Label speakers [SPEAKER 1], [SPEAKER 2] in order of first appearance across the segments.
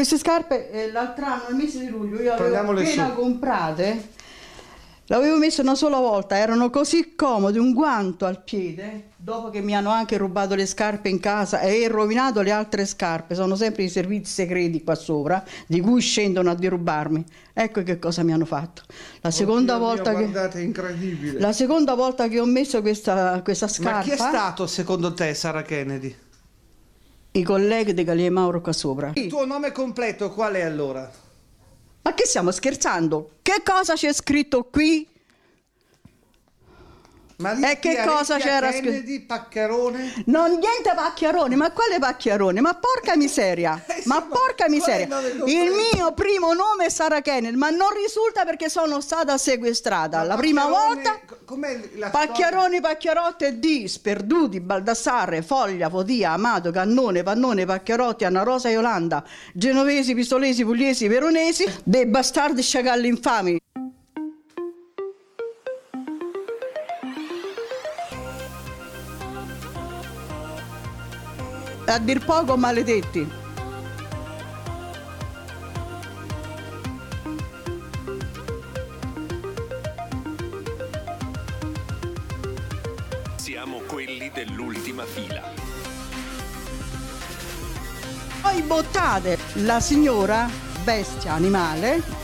[SPEAKER 1] Queste scarpe l'altro anno, al mese di luglio, io le avevo appena comprate, l'avevo messe una sola volta, erano così comode, un guanto al piede, dopo che mi hanno anche rubato le scarpe in casa e rovinato le altre scarpe, sono sempre i servizi segreti qua sopra, di cui scendono a derubarmi. Ecco che cosa mi hanno fatto. La seconda volta
[SPEAKER 2] guardate, è incredibile.
[SPEAKER 1] La seconda volta che ho messo questa scarpa...
[SPEAKER 2] Ma chi è stato secondo te Sara Kennedy?
[SPEAKER 1] I colleghi di Gallia Mauro qua sopra.
[SPEAKER 2] Il tuo nome completo qual è allora?
[SPEAKER 1] Ma che stiamo scherzando? Che cosa c'è scritto qui?
[SPEAKER 2] E
[SPEAKER 1] che cosa c'era
[SPEAKER 2] scritto? Pacchiarone?
[SPEAKER 1] No, niente Pacchiarone, ma quale Pacchiarone? Ma porca miseria! Ma porca miseria! Il mio primo nome è Sara Kennedy, ma non risulta perché sono stata sequestrata. La prima volta Pacchiaroni, Pacchiarotte di Sperduti, Baldassarre, Foglia, Fotia, Amato, Cannone, Pannone, Pacchiarotti, Anna Rosa, Iolanda, Genovesi, Pistolesi, Pugliesi, Veronesi, dei bastardi sciacalli infami. A dir poco maledetti.
[SPEAKER 3] Siamo quelli dell'ultima fila.
[SPEAKER 1] Poi bottate la signora, bestia, animale.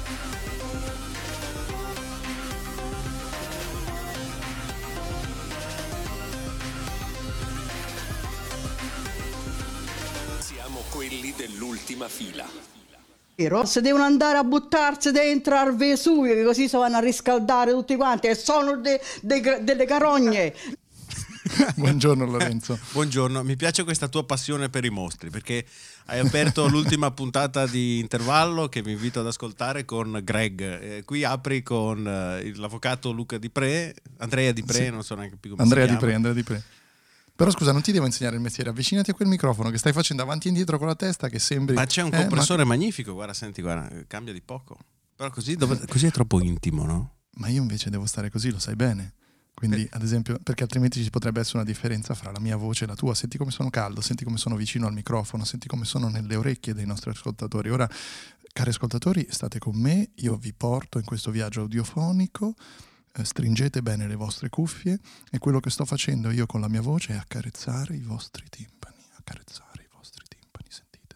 [SPEAKER 3] Quelli dell'ultima fila.
[SPEAKER 1] Se devono andare a buttarsi dentro al Vesuvio, che così si vanno a riscaldare tutti quanti e sono delle carogne.
[SPEAKER 4] Buongiorno Lorenzo.
[SPEAKER 5] Buongiorno, mi piace questa tua passione per i mostri, perché hai aperto l'ultima puntata di Intervallo che vi invito ad ascoltare con Greg. Qui apri con l'avvocato Andrea Di Pre, sì. Non so neanche più come
[SPEAKER 4] Andrea
[SPEAKER 5] si chiama.
[SPEAKER 4] Andrea Di Pre. Però scusa, non ti devo insegnare il mestiere, avvicinati a quel microfono che stai facendo avanti e indietro con la testa che sembri...
[SPEAKER 5] Ma c'è un compressore magnifico, guarda, senti, guarda, cambia di poco. Però così è troppo intimo, no?
[SPEAKER 4] Ma io invece devo stare così, lo sai bene. Quindi, ad esempio, perché altrimenti ci potrebbe essere una differenza fra la mia voce e la tua. Senti come sono caldo, senti come sono vicino al microfono, senti come sono nelle orecchie dei nostri ascoltatori. Ora, cari ascoltatori, state con me, io vi porto in questo viaggio audiofonico. Stringete bene le vostre cuffie e quello che sto facendo io con la mia voce è accarezzare i vostri timpani, sentite.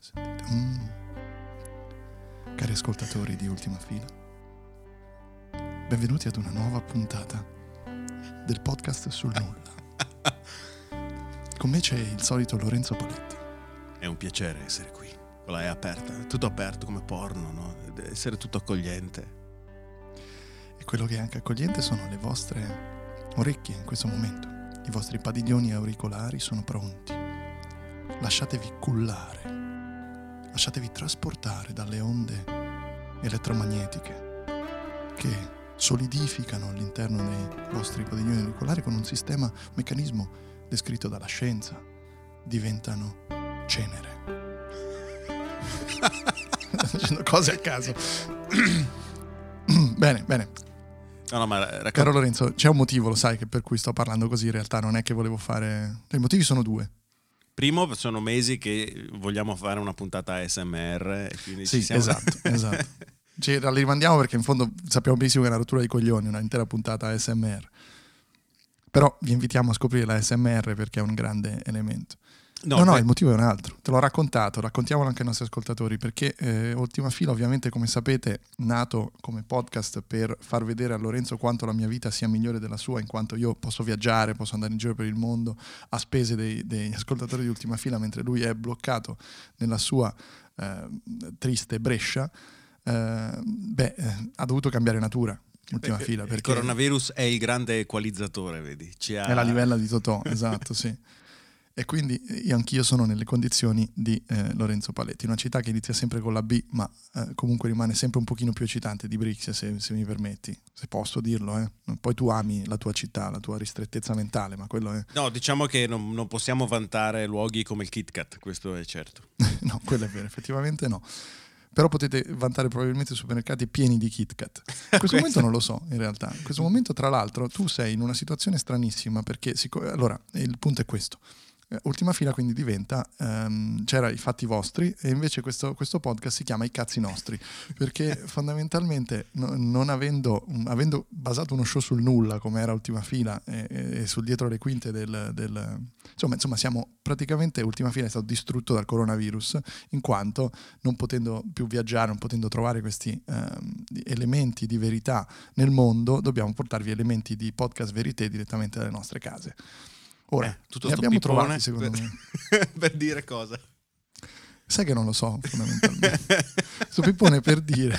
[SPEAKER 4] Cari ascoltatori di Ultima Fila, benvenuti ad una nuova puntata del podcast sul nulla. Con me c'è il solito Lorenzo Paletti.
[SPEAKER 5] È un piacere essere qui, quella è aperta, tutto aperto come porno, no? Essere tutto accogliente.
[SPEAKER 4] Quello che è anche accogliente sono le vostre orecchie in questo momento. I vostri padiglioni auricolari sono pronti. Lasciatevi cullare, lasciatevi trasportare dalle onde elettromagnetiche che solidificano all'interno dei vostri padiglioni auricolari con un meccanismo descritto dalla scienza. Diventano cenere. Sto facendo cose a caso. Bene.
[SPEAKER 5] No, ma
[SPEAKER 4] Caro Lorenzo, c'è un motivo, lo sai, che per cui sto parlando così, in realtà non è che volevo fare... I motivi sono due.
[SPEAKER 5] Primo, sono mesi che vogliamo fare una puntata ASMR e quindi
[SPEAKER 4] sì,
[SPEAKER 5] ci siamo...
[SPEAKER 4] esatto. Ci la rimandiamo perché in fondo sappiamo benissimo che è una rottura di coglioni, una intera puntata ASMR. Però vi invitiamo a scoprire la ASMR perché è un grande elemento. No, il motivo è un altro. Te l'ho raccontato, raccontiamolo anche ai nostri ascoltatori, perché Ultima Fila, ovviamente, come sapete, nato come podcast per far vedere a Lorenzo quanto la mia vita sia migliore della sua, in quanto io posso viaggiare, posso andare in giro per il mondo a spese degli ascoltatori di Ultima Fila, mentre lui è bloccato nella sua triste Brescia. Ha dovuto cambiare natura. Ultima Fila, perché
[SPEAKER 5] il coronavirus è il grande equalizzatore, vedi?
[SPEAKER 4] È la livella di Totò, esatto, sì. E quindi anch'io sono nelle condizioni di Lorenzo Paletti, una città che inizia sempre con la B, ma comunque rimane sempre un pochino più eccitante di Brixia, se mi permetti, se posso dirlo. Poi tu ami la tua città, la tua ristrettezza mentale, ma quello è...
[SPEAKER 5] No, diciamo che non possiamo vantare luoghi come il Kit Kat, questo è certo.
[SPEAKER 4] No, quello è vero, effettivamente no. Però potete vantare probabilmente supermercati pieni di Kit Kat. In questo momento non lo so, in realtà. In questo momento, tra l'altro, tu sei in una situazione stranissima, perché allora, il punto è questo. Ultima fila quindi diventa c'era i fatti vostri, e invece questo podcast si chiama I cazzi nostri, perché fondamentalmente non avendo basato uno show sul nulla come era Ultima fila e sul dietro le quinte insomma siamo praticamente, Ultima fila è stato distrutto dal coronavirus, in quanto non potendo più viaggiare, non potendo trovare questi elementi di verità nel mondo, dobbiamo portarvi elementi di podcast verité direttamente dalle nostre case. Ora,
[SPEAKER 5] tutto
[SPEAKER 4] li
[SPEAKER 5] sto
[SPEAKER 4] abbiamo
[SPEAKER 5] pippone
[SPEAKER 4] trovati, secondo me.
[SPEAKER 5] Per dire cosa?
[SPEAKER 4] Sai che non lo so, fondamentalmente. Sto pippone per dire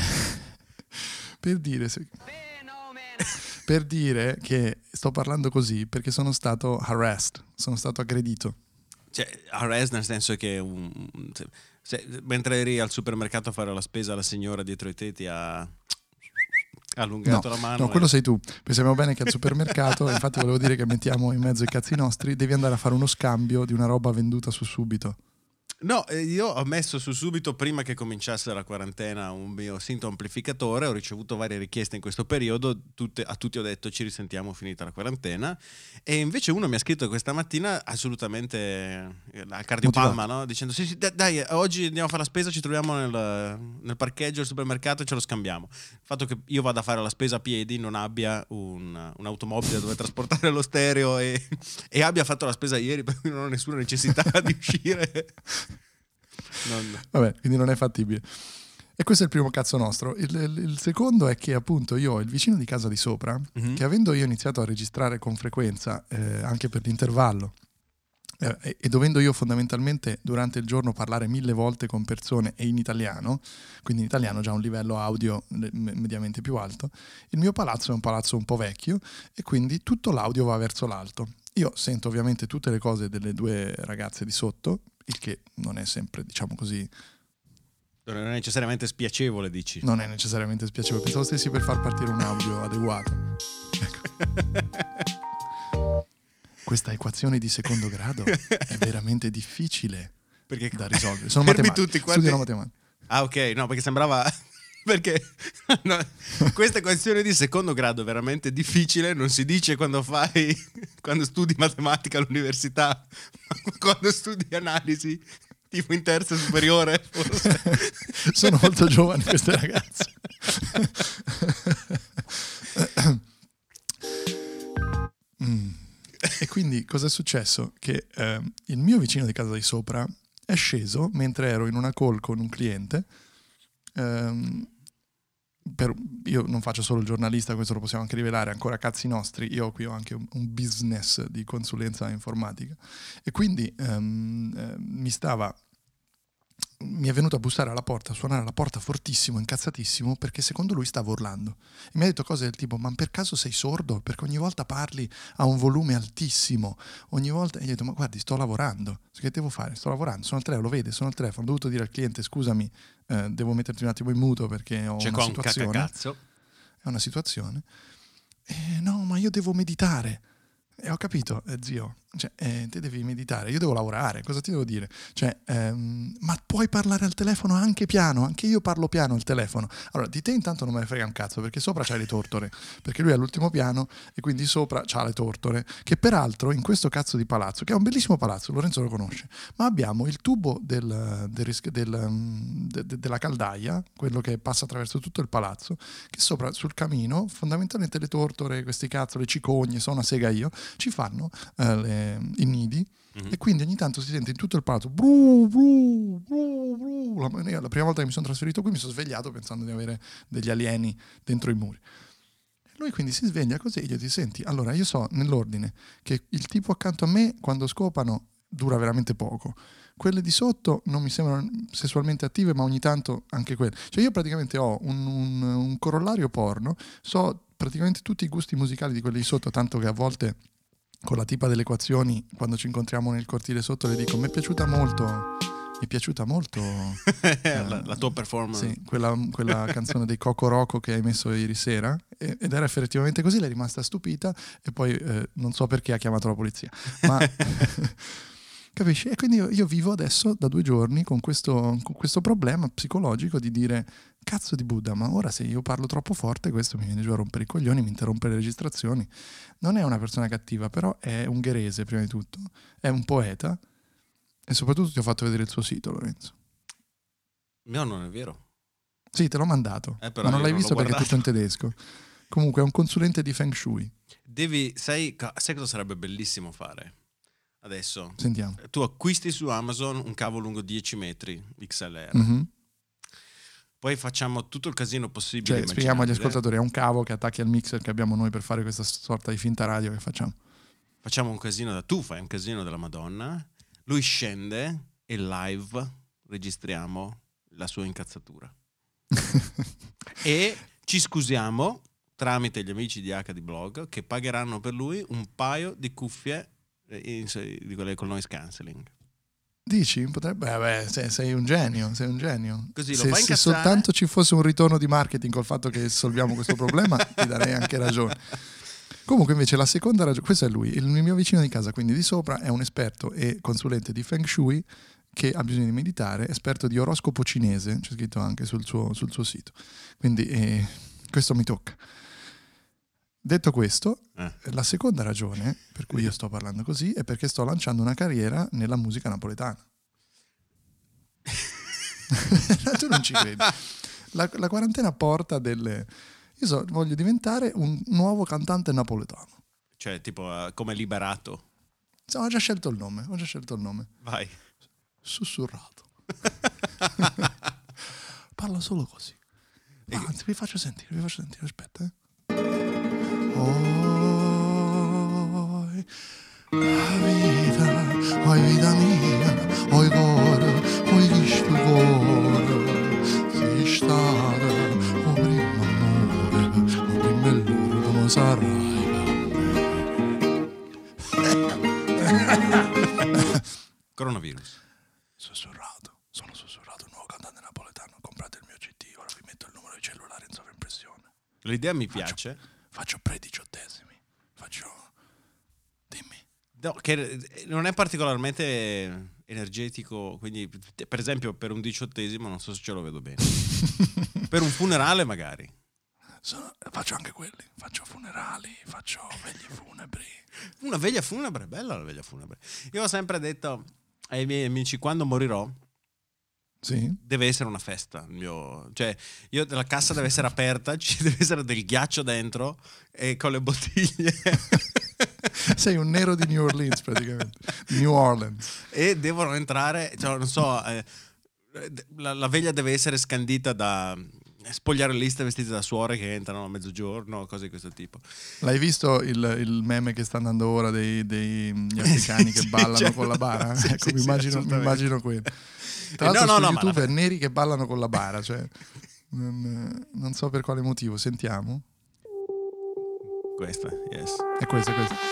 [SPEAKER 4] che sto parlando così perché sono stato harassed, sono stato aggredito.
[SPEAKER 5] Cioè, harassed nel senso che mentre eri al supermercato a fare la spesa, la signora dietro i te ti ha allungato la mano.
[SPEAKER 4] No, quello sei tu. Pensiamo bene che al supermercato, infatti volevo dire che mettiamo in mezzo i cazzi nostri, devi andare a fare uno scambio di una roba venduta su Subito.
[SPEAKER 5] No, io ho messo su Subito, prima che cominciasse la quarantena, un mio sintomo amplificatore. Ho ricevuto varie richieste in questo periodo, a tutti ho detto ci risentiamo finita la quarantena, e invece uno mi ha scritto questa mattina assolutamente al cardiopalma, no? Dicendo sì, dai, oggi andiamo a fare la spesa, ci troviamo nel parcheggio del supermercato e ce lo scambiamo. Il fatto che io vada a fare la spesa a piedi, non abbia un'automobile dove trasportare lo stereo e abbia fatto la spesa ieri, per cui non ho nessuna necessità di uscire.
[SPEAKER 4] Vabbè, quindi non è fattibile. E questo è il primo cazzo nostro. Il secondo è che appunto io ho il vicino di casa di sopra, che avendo io iniziato a registrare con frequenza anche per l'intervallo e dovendo io fondamentalmente durante il giorno parlare 1000 volte con persone e in italiano, quindi in italiano già un livello audio mediamente più alto, il mio palazzo è un palazzo un po' vecchio e quindi tutto l'audio va verso l'alto. Io sento ovviamente tutte le cose delle due ragazze di sotto, il che non è sempre, diciamo così...
[SPEAKER 5] Non è necessariamente spiacevole, dici?
[SPEAKER 4] Non è necessariamente spiacevole, pensavo stessi per far partire un audio adeguato. Ecco. Questa equazione di secondo grado è veramente difficile da risolvere. Sono matematici, studiano matematica.
[SPEAKER 5] Ah, ok, no, perché sembrava... Perché no, questa equazione di secondo grado è veramente difficile, non si dice quando studi matematica all'università, ma quando studi analisi, tipo in terza superiore, forse.
[SPEAKER 4] Sono molto giovani queste ragazze. E quindi cosa è successo? Che il mio vicino di casa di sopra è sceso mentre ero in una call con un cliente. Io non faccio solo il giornalista, questo lo possiamo anche rivelare, ancora cazzi nostri. Io qui ho anche un business di consulenza informatica e quindi mi è venuto a bussare alla porta, a suonare alla porta fortissimo, incazzatissimo, perché secondo lui stavo urlando e mi ha detto cose del tipo: ma per caso sei sordo? Perché ogni volta parli a un volume altissimo, ogni volta. E gli ho detto: ma guardi, sto lavorando, che devo fare? Sto lavorando, sono al telefono, lo vede, sono al telefono, ho dovuto dire al cliente: scusami, devo metterti un attimo in muto perché ho una situazione.
[SPEAKER 5] Cacacazzo.
[SPEAKER 4] È una situazione. No, ma io devo meditare. E ho capito, zio, cioè, te devi meditare, io devo lavorare, cosa ti devo dire? Cioè, ma puoi parlare al telefono anche piano, anche io parlo piano al telefono. Allora, di te intanto non me ne frega un cazzo, perché sopra c'hai le tortore, perché lui è all'ultimo piano e quindi sopra c'ha le tortore, che peraltro in questo cazzo di palazzo, che è un bellissimo palazzo, Lorenzo lo conosce, ma abbiamo il tubo della caldaia, quello che passa attraverso tutto il palazzo, che sopra sul camino, fondamentalmente le tortore, questi cazzo, le cicogne, so una sega io, ci fanno i nidi, e quindi ogni tanto si sente in tutto il palazzo bru, bru, bru, bru. La prima volta che mi sono trasferito qui mi sono svegliato pensando di avere degli alieni dentro i muri. Lui quindi si sveglia così e io ti senti, allora io so nell'ordine che il tipo accanto a me quando scopano dura veramente poco, quelle di sotto non mi sembrano sessualmente attive, ma ogni tanto anche quelle, cioè io praticamente ho un corollario porno, so praticamente tutti i gusti musicali di quelli di sotto, tanto che a volte con la tipa delle equazioni, quando ci incontriamo nel cortile sotto, le dico: mi è piaciuta molto
[SPEAKER 5] la tua performance.
[SPEAKER 4] Sì, quella canzone dei Coco Roco che hai messo ieri sera, ed era effettivamente così. Lei è rimasta stupita e poi non so perché ha chiamato la polizia, ma Capisci? E quindi io vivo adesso da 2 giorni con questo problema psicologico di dire cazzo di Buddha, ma ora se io parlo troppo forte questo mi viene giù a rompere i coglioni, mi interrompe le registrazioni. Non è una persona cattiva, però è ungherese prima di tutto, è un poeta e soprattutto ti ho fatto vedere il suo sito, Lorenzo.
[SPEAKER 5] No, non è vero.
[SPEAKER 4] Sì, te l'ho mandato,
[SPEAKER 5] però
[SPEAKER 4] ma non l'hai
[SPEAKER 5] non
[SPEAKER 4] visto
[SPEAKER 5] l'ho
[SPEAKER 4] perché è tutto in tedesco. Comunque è un consulente di Feng Shui.
[SPEAKER 5] Sai cosa sarebbe bellissimo fare? Adesso
[SPEAKER 4] Sentiamo.
[SPEAKER 5] tu acquisti su Amazon un cavo lungo 10 metri XLR.
[SPEAKER 4] Mm-hmm.
[SPEAKER 5] Poi facciamo tutto il casino possibile.
[SPEAKER 4] Cioè, spieghiamo agli ascoltatori, è un cavo che attacchi al mixer che abbiamo noi per fare questa sorta di finta radio che facciamo.
[SPEAKER 5] Facciamo un casino tu fai un casino della Madonna, lui scende e live registriamo la sua incazzatura. E ci scusiamo tramite gli amici di HD Blog che pagheranno per lui un paio di cuffie di quelle con noise cancelling.
[SPEAKER 4] Dici? Potrebbe. Sei un genio.
[SPEAKER 5] Così lo
[SPEAKER 4] se,
[SPEAKER 5] fai
[SPEAKER 4] se
[SPEAKER 5] incazzare.
[SPEAKER 4] soltanto ci fosse un ritorno di marketing col fatto che solviamo questo problema, ti darei anche ragione. Comunque invece la seconda ragione, questo è lui, il mio vicino di casa, quindi di sopra, è un esperto e consulente di Feng Shui che ha bisogno di meditare, esperto di oroscopo cinese, c'è scritto anche sul suo sito. Quindi questo mi tocca. Detto questo, la seconda ragione per cui io sto parlando così è perché sto lanciando una carriera nella musica napoletana. Tu non ci credi. La quarantena porta delle... voglio diventare un nuovo cantante napoletano.
[SPEAKER 5] Cioè, tipo come Liberato.
[SPEAKER 4] Ho già scelto il nome.
[SPEAKER 5] Vai.
[SPEAKER 4] Sussurrato. Parlo solo così. Anzi, vi faccio sentire, aspetta. Oi vita mia, oi cuore, oi questo cuore, sei stata o primo amore, o prima loro come sarai.
[SPEAKER 5] Coronavirus.
[SPEAKER 4] Sono sussurrato, un nuovo cantante napoletano, comprate il mio CD, ora vi metto il numero di cellulare in sovraimpressione.
[SPEAKER 5] L'idea mi piace.
[SPEAKER 4] Faccio pre-18esimi. Dimmi.
[SPEAKER 5] No, che non è particolarmente energetico, quindi per esempio per un 18esimo non so se ce lo vedo bene. Per un funerale magari.
[SPEAKER 4] Faccio anche quelli, faccio funerali, faccio veglie funebri.
[SPEAKER 5] Una veglia funebre, bella la veglia funebre. Io ho sempre detto ai miei amici, quando morirò deve essere una festa. Cioè, la cassa deve essere aperta, ci deve essere del ghiaccio dentro e con le bottiglie.
[SPEAKER 4] Sei un nero di New Orleans praticamente. New Orleans.
[SPEAKER 5] E devono entrare, cioè, non so, la veglia deve essere scandita da spogliarelliste vestiti da suore che entrano a mezzogiorno, cose di questo tipo.
[SPEAKER 4] L'hai visto il meme che sta andando ora degli africani che ballano con la bara?
[SPEAKER 5] Sì,
[SPEAKER 4] ecco,
[SPEAKER 5] sì,
[SPEAKER 4] mi immagino quello. Tra l'altro su YouTube neri che ballano con la bara, cioè non so per quale motivo. Sentiamo.
[SPEAKER 5] Questa, yes.
[SPEAKER 4] È questa.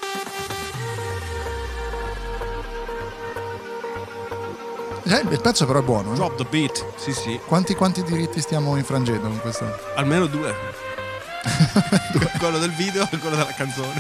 [SPEAKER 4] Il pezzo però è buono.
[SPEAKER 5] Drop the beat, sì.
[SPEAKER 4] Quanti diritti stiamo infrangendo con questa?
[SPEAKER 5] Almeno 2. Quello del video e quello della canzone.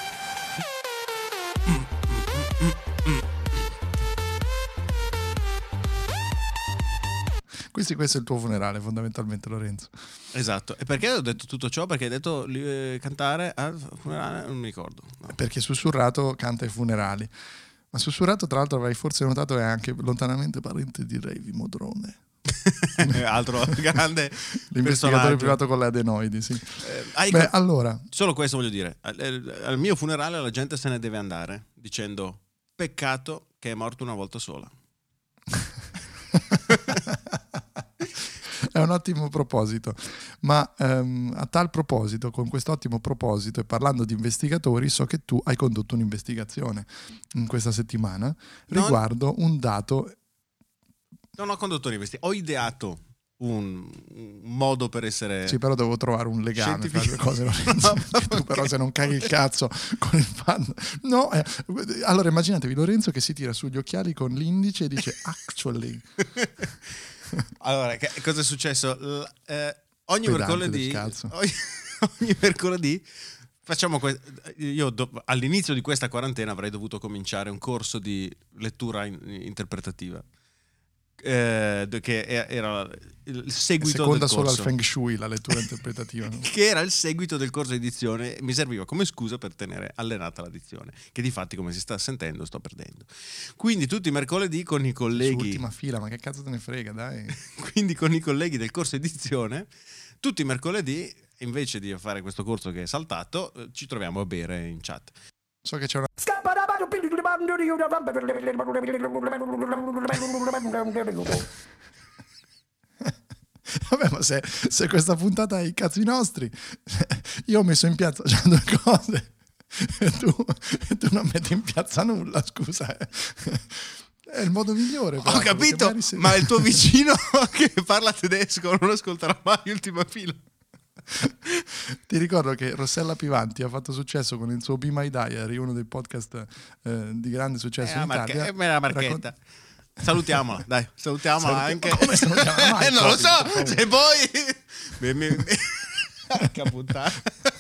[SPEAKER 4] Questo è il tuo funerale fondamentalmente, Lorenzo.
[SPEAKER 5] Esatto. E perché ho detto tutto ciò? Perché hai detto cantare al funerale? Non mi ricordo. No.
[SPEAKER 4] Perché Sussurrato canta ai funerali. Ma Sussurrato, tra l'altro, avrai forse notato, è anche lontanamente parente di Revi Modrone.
[SPEAKER 5] Altro grande
[SPEAKER 4] l'investigatore privato con le adenoidi, sì. Allora,
[SPEAKER 5] solo questo voglio dire. Al mio funerale la gente se ne deve andare dicendo peccato che è morto una volta sola.
[SPEAKER 4] È un ottimo proposito, ma a tal proposito, con quest'ottimo proposito e parlando di investigatori, so che tu hai condotto un'investigazione in questa settimana riguardo un dato.
[SPEAKER 5] Non ho condotto un'investigazione, ho ideato un modo per essere.
[SPEAKER 4] Sì, però devo trovare un legame tra le due cose. Tu però se non caghi il cazzo con il fan. No, allora immaginatevi Lorenzo che si tira sugli occhiali con l'indice e dice actually.
[SPEAKER 5] Allora, cosa è successo? Ogni mercoledì all'inizio di questa quarantena avrei dovuto cominciare un corso di lettura interpretativa. Che era il seguito
[SPEAKER 4] seconda
[SPEAKER 5] del
[SPEAKER 4] solo
[SPEAKER 5] corso.
[SPEAKER 4] al Feng Shui la lettura interpretativa, no?
[SPEAKER 5] Che era il seguito del corso di dizione, mi serviva come scusa per tenere allenata la dizione, che difatti, come si sta sentendo, sto perdendo. Quindi tutti i mercoledì con i colleghi,
[SPEAKER 4] Ultima fila, ma che cazzo te ne frega, dai.
[SPEAKER 5] quindi con i colleghi del corso di dizione, tutti i mercoledì, invece di fare questo corso che è saltato, ci troviamo a bere in chat.
[SPEAKER 4] So che c'è una vabbè, ma se questa puntata è i cazzi nostri, io ho messo in piazza già 2 cose e tu non metti in piazza nulla, scusa. È il modo migliore.
[SPEAKER 5] Ho capito, ma il tuo vicino che parla tedesco non ascolterà mai Ultima Fila.
[SPEAKER 4] Ti ricordo che Rossella Pivanti ha fatto successo con il suo Be My Diary, uno dei podcast di grande successo in Italia.
[SPEAKER 5] È la marchetta. Salutiamola, dai, salutiamola anche.
[SPEAKER 4] Come salutiamola mai?
[SPEAKER 5] Non lo so, se poi Porca puttana.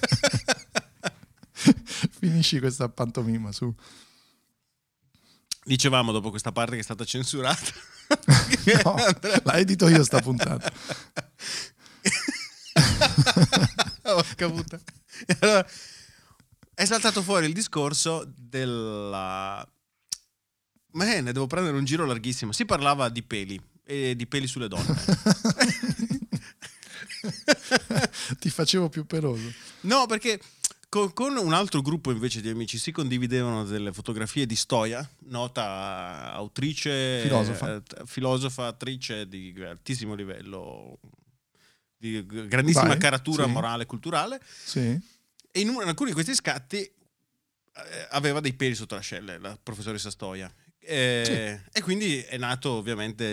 [SPEAKER 4] Finisci questa pantomima, su.
[SPEAKER 5] Dicevamo dopo questa parte che è stata censurata.
[SPEAKER 4] No, la edito io sta puntata.
[SPEAKER 5] Porca puttana. Allora, è saltato fuori il discorso della... Ma ne devo prendere un giro larghissimo. Si parlava di peli e di peli sulle donne.
[SPEAKER 4] Ti facevo più peloso.
[SPEAKER 5] No, perché con un altro gruppo invece di amici si condividevano delle fotografie di Stoia, nota autrice, filosofa, attrice di altissimo livello, di grandissima caratura morale e culturale.
[SPEAKER 4] Sì.
[SPEAKER 5] E in alcuni di questi scatti aveva dei peli sotto l'ascella, la professoressa Stoia. E quindi è nato ovviamente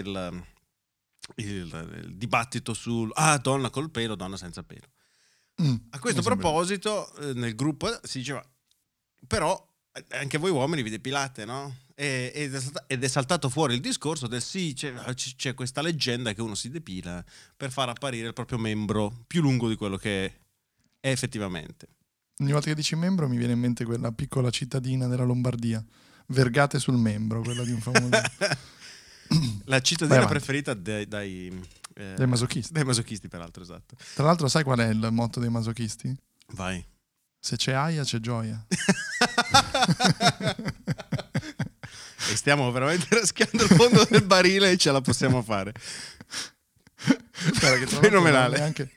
[SPEAKER 5] il dibattito sul donna col pelo, donna senza pelo. A questo proposito nel gruppo si diceva però anche voi uomini vi depilate, no? Ed è saltato fuori il discorso del sì, c'è questa leggenda che uno si depila per far apparire il proprio membro più lungo di quello che è effettivamente.
[SPEAKER 4] Ogni volta che dici membro mi viene in mente quella piccola cittadina della Lombardia, Vergate sul membro, quella di un famoso...
[SPEAKER 5] La cittadina preferita dai
[SPEAKER 4] masochisti.
[SPEAKER 5] Dai masochisti, peraltro, esatto.
[SPEAKER 4] Tra l'altro sai qual è il motto dei masochisti?
[SPEAKER 5] Vai.
[SPEAKER 4] Se c'è aia c'è gioia.
[SPEAKER 5] E stiamo veramente raschiando il fondo del barile e ce la possiamo fare.
[SPEAKER 4] Che
[SPEAKER 5] fenomenale.
[SPEAKER 4] Anche...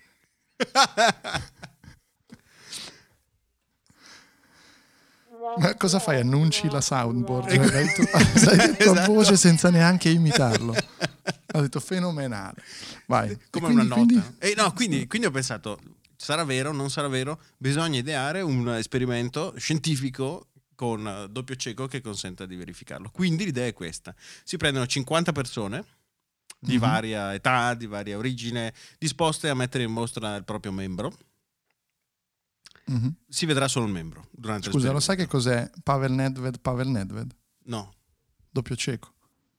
[SPEAKER 4] Ma cosa fai? Annunci la soundboard? Hai detto a voce senza neanche imitarlo. Ha detto fenomenale. Vai.
[SPEAKER 5] Come una nota. Quindi ho pensato, sarà vero, non sarà vero? Bisogna ideare un esperimento scientifico con doppio cieco che consenta di verificarlo. Quindi l'idea è questa. Si prendono 50 persone di varia età, di varia origine, disposte a mettere in mostra il proprio membro. Si vedrà solo il membro durante
[SPEAKER 4] Scusa, lo sai che cos'è Pavel Nedved?
[SPEAKER 5] No.
[SPEAKER 4] Doppio cieco.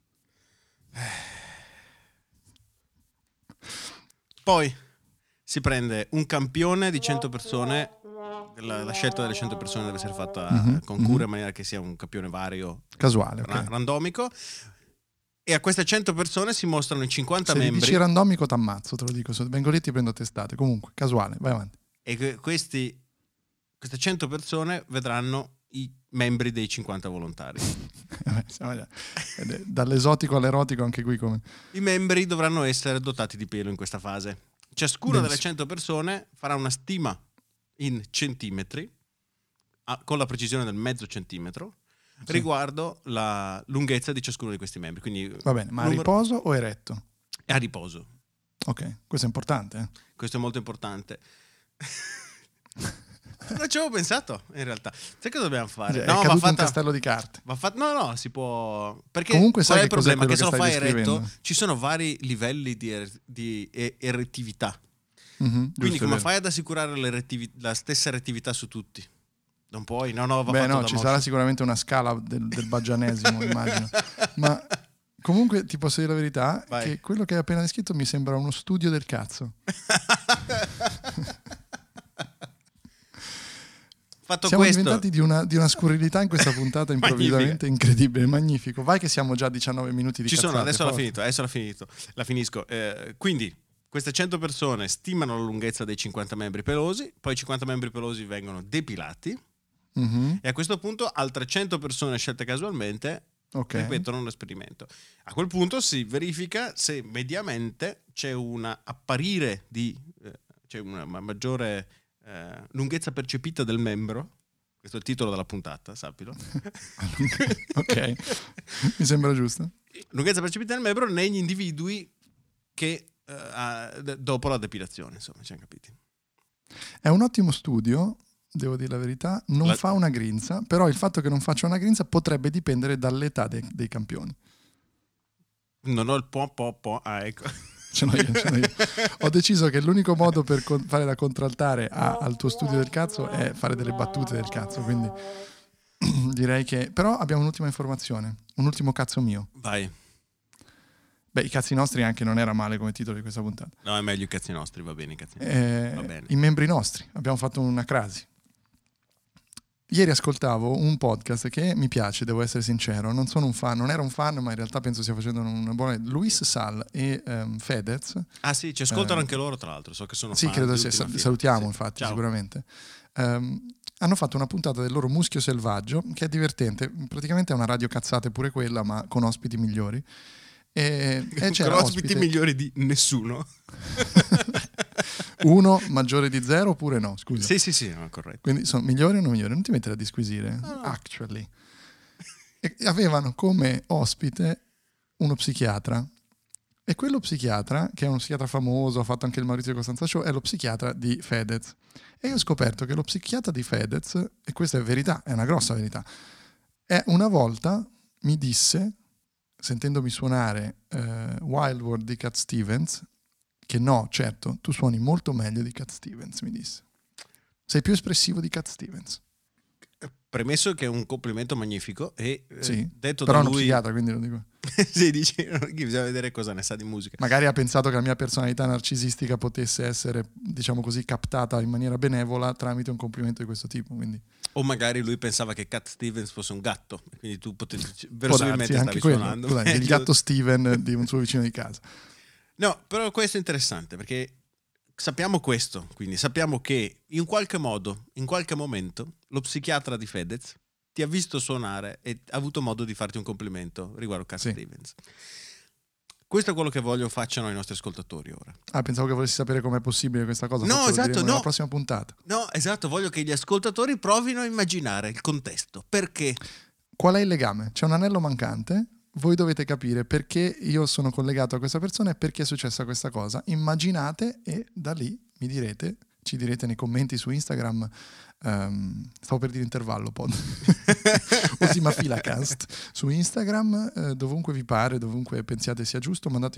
[SPEAKER 5] Poi si prende un campione di 100 persone. La scelta delle 100 persone deve essere fatta con cura, in maniera che sia un campione vario,
[SPEAKER 4] casuale, okay.
[SPEAKER 5] Randomico. E a queste 100 persone si mostrano i 50
[SPEAKER 4] Se
[SPEAKER 5] membri.
[SPEAKER 4] Se dici randomico t'ammazzo, te lo dico. Se vengo lì ti prendo testate. Comunque, casuale, vai avanti.
[SPEAKER 5] E queste 100 persone vedranno i membri dei 50 volontari.
[SPEAKER 4] Dall'esotico all'erotico anche qui come.
[SPEAKER 5] I membri dovranno essere dotati di pelo in questa fase. Ciascuna delle 100 persone farà una stima in centimetri, con la precisione del mezzo centimetro, riguardo la lunghezza di ciascuno di questi membri. Quindi,
[SPEAKER 4] va bene, ma a riposo o eretto?
[SPEAKER 5] È a riposo.
[SPEAKER 4] Ok, questo è importante.
[SPEAKER 5] Questo è molto importante. Non ci avevo pensato, in realtà. Sai cosa dobbiamo fare?
[SPEAKER 4] È caduto un castello di carte.
[SPEAKER 5] No, si può... Perché
[SPEAKER 4] comunque
[SPEAKER 5] qual
[SPEAKER 4] sai
[SPEAKER 5] è il problema? Che se lo fai
[SPEAKER 4] descrivendo?
[SPEAKER 5] eretto, ci sono vari livelli di erettività. Quindi
[SPEAKER 4] giusto,
[SPEAKER 5] come fai ad assicurare la stessa erettività su tutti? Non puoi? No,
[SPEAKER 4] ci sarà sicuramente una scala del baggianesimo, immagino. Ma comunque ti posso dire la verità, che quello che hai appena descritto mi sembra uno studio del cazzo.
[SPEAKER 5] Fatto
[SPEAKER 4] siamo
[SPEAKER 5] questo,
[SPEAKER 4] diventati di una scurrilità in questa puntata improvvisamente incredibile, magnifico. Vai che siamo già a 19 minuti di cazzate.
[SPEAKER 5] Adesso l'ho finito, la finisco. Quindi queste 100 persone stimano la lunghezza dei 50 membri pelosi, poi i 50 membri pelosi vengono depilati e a questo punto altre 100 persone scelte casualmente ripetono un esperimento. A quel punto si verifica se mediamente c'è una apparire di c'è una maggiore lunghezza percepita del membro. Questo è il titolo della puntata, sappilo.
[SPEAKER 4] Ok, mi sembra giusto.
[SPEAKER 5] Lunghezza percepita del membro negli individui che dopo la depilazione, insomma, ci hanno capiti.
[SPEAKER 4] È un ottimo studio, devo dire la verità, non fa una grinza, però il fatto che non faccia una grinza potrebbe dipendere dall'età dei campioni.
[SPEAKER 5] Non ho il po', ecco.
[SPEAKER 4] Ce l'ho io. Ho deciso che l'unico modo per fare da contraltare al tuo studio del cazzo è fare delle battute del cazzo, quindi direi che... Però abbiamo un'ultima informazione, un ultimo cazzo mio.
[SPEAKER 5] Vai.
[SPEAKER 4] Beh, i cazzi nostri anche non era male come titolo di questa puntata.
[SPEAKER 5] No, è meglio i cazzi nostri, va bene i cazzi nostri. Va bene.
[SPEAKER 4] I membri nostri, abbiamo fatto una crasi. Ieri ascoltavo un podcast che mi piace, devo essere sincero, non sono un fan, non ero un fan, ma in realtà penso stia facendo una buona... Luis Sal e Fedez.
[SPEAKER 5] Ah sì, ci ascoltano anche loro tra l'altro, so che sono
[SPEAKER 4] sì,
[SPEAKER 5] fan.
[SPEAKER 4] Sì, credo salutiamo infatti. Ciao. Sicuramente. Hanno fatto una puntata del loro Muschio Selvaggio, che è divertente, praticamente è una radio cazzate pure quella, ma con ospiti migliori. E c'era
[SPEAKER 5] ospiti migliori di nessuno.
[SPEAKER 4] Uno maggiore di 0 oppure no? Scusa.
[SPEAKER 5] Sì, no, corretto.
[SPEAKER 4] Quindi sono migliori o non migliori? Non ti mettere a disquisire. Actually. E avevano come ospite uno psichiatra. E quello psichiatra, che è uno psichiatra famoso, ha fatto anche il Maurizio Costanza Show, è lo psichiatra di Fedez. E io ho scoperto che lo psichiatra di Fedez, e questa è verità, è una grossa verità, una volta mi disse, sentendomi suonare Wild World di Cat Stevens, che no, certo, tu suoni molto meglio di Cat Stevens, mi disse. Sei più espressivo di Cat Stevens.
[SPEAKER 5] Premesso che è un complimento magnifico e
[SPEAKER 4] sì,
[SPEAKER 5] detto
[SPEAKER 4] però
[SPEAKER 5] da
[SPEAKER 4] è uno
[SPEAKER 5] lui...
[SPEAKER 4] psichiatra, quindi lo dico.
[SPEAKER 5] Sì, dici, bisogna vedere cosa ne sa di musica.
[SPEAKER 4] Magari ha pensato che la mia personalità narcisistica potesse essere, diciamo così, captata in maniera benevola tramite un complimento di questo tipo, quindi...
[SPEAKER 5] O magari lui pensava che Cat Stevens fosse un gatto, quindi tu verosimilmente stavi suonando.
[SPEAKER 4] Il gatto Steven di un suo vicino di casa.
[SPEAKER 5] No, però questo è interessante perché sappiamo questo, quindi sappiamo che in qualche modo, in qualche momento, lo psichiatra di Fedez ti ha visto suonare e ha avuto modo di farti un complimento riguardo Cat Stevens. Questo è quello che voglio facciano i nostri ascoltatori ora. Ah,
[SPEAKER 4] pensavo che volessi sapere com'è possibile questa cosa.
[SPEAKER 5] No, esatto, no.
[SPEAKER 4] Nella prossima puntata.
[SPEAKER 5] No, esatto, voglio che gli ascoltatori provino a immaginare il contesto. Perché?
[SPEAKER 4] Qual è il legame? C'è un anello mancante. Voi dovete capire perché io sono collegato a questa persona e perché è successa questa cosa. Immaginate e da lì ci direte nei commenti su Instagram, stavo per dire intervallo pod, ultima fila cast, su Instagram, dovunque vi pare, dovunque pensiate sia giusto, mandate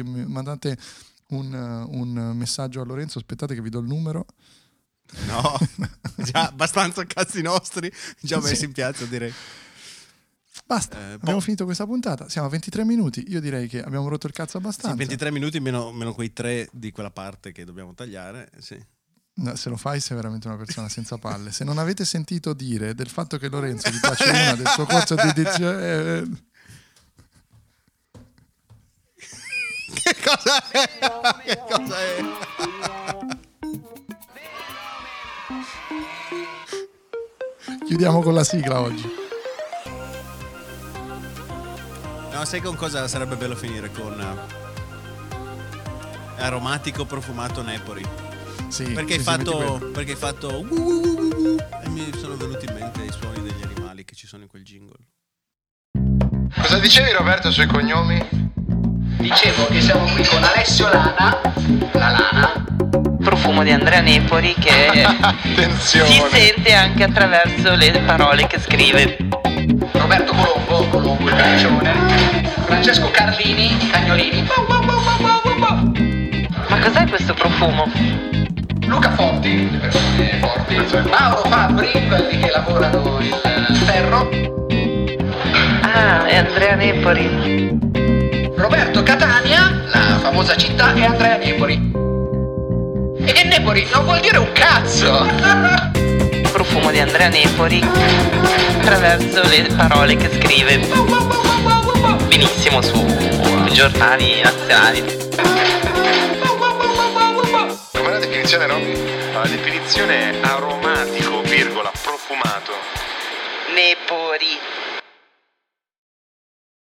[SPEAKER 4] un messaggio a Lorenzo, aspettate che vi do il numero.
[SPEAKER 5] No, già abbastanza cazzi nostri, già messi in piazza direi.
[SPEAKER 4] Basta, abbiamo finito questa puntata, siamo a 23 minuti, io direi che abbiamo rotto il cazzo abbastanza.
[SPEAKER 5] Sì, 23 minuti meno quei 3 di quella parte che dobbiamo tagliare, sì.
[SPEAKER 4] No, se lo fai sei veramente una persona senza palle. Se non avete sentito dire del fatto che Lorenzo gli piace una del suo corso di edizione...
[SPEAKER 5] Che cosa è? Che cosa è?
[SPEAKER 4] Chiudiamo con la sigla oggi.
[SPEAKER 5] No, sai con cosa sarebbe bello finire? Con aromatico profumato Nepori.
[SPEAKER 4] Sì,
[SPEAKER 5] perché hai fatto e mi sono venuti in mente i suoni degli animali che ci sono in quel jingle.
[SPEAKER 6] Cosa dicevi Roberto sui cognomi?
[SPEAKER 7] Dicevo che siamo qui con Alessio Lana, la Lana,
[SPEAKER 8] profumo di Andrea Nepori che
[SPEAKER 6] attenzione,
[SPEAKER 8] si sente anche attraverso le parole che scrive.
[SPEAKER 7] Roberto Colombo il Caccione, Francesco Carlini i Cagnolini.
[SPEAKER 8] Ma cos'è questo profumo?
[SPEAKER 7] Luca Forti, le persone forti, Mauro Fabbri, quelli che lavorano il ferro.
[SPEAKER 8] Ah, è Andrea Nepori.
[SPEAKER 7] Roberto Catania, la famosa città, e Andrea Nepori. E che Nepori non vuol dire un cazzo!
[SPEAKER 8] profumo di Andrea Nepori attraverso le parole che scrive benissimo su giornali nazionali.
[SPEAKER 6] Com'è la definizione, Robby?
[SPEAKER 9] La definizione è aromatico, virgola, profumato.
[SPEAKER 8] Nepori.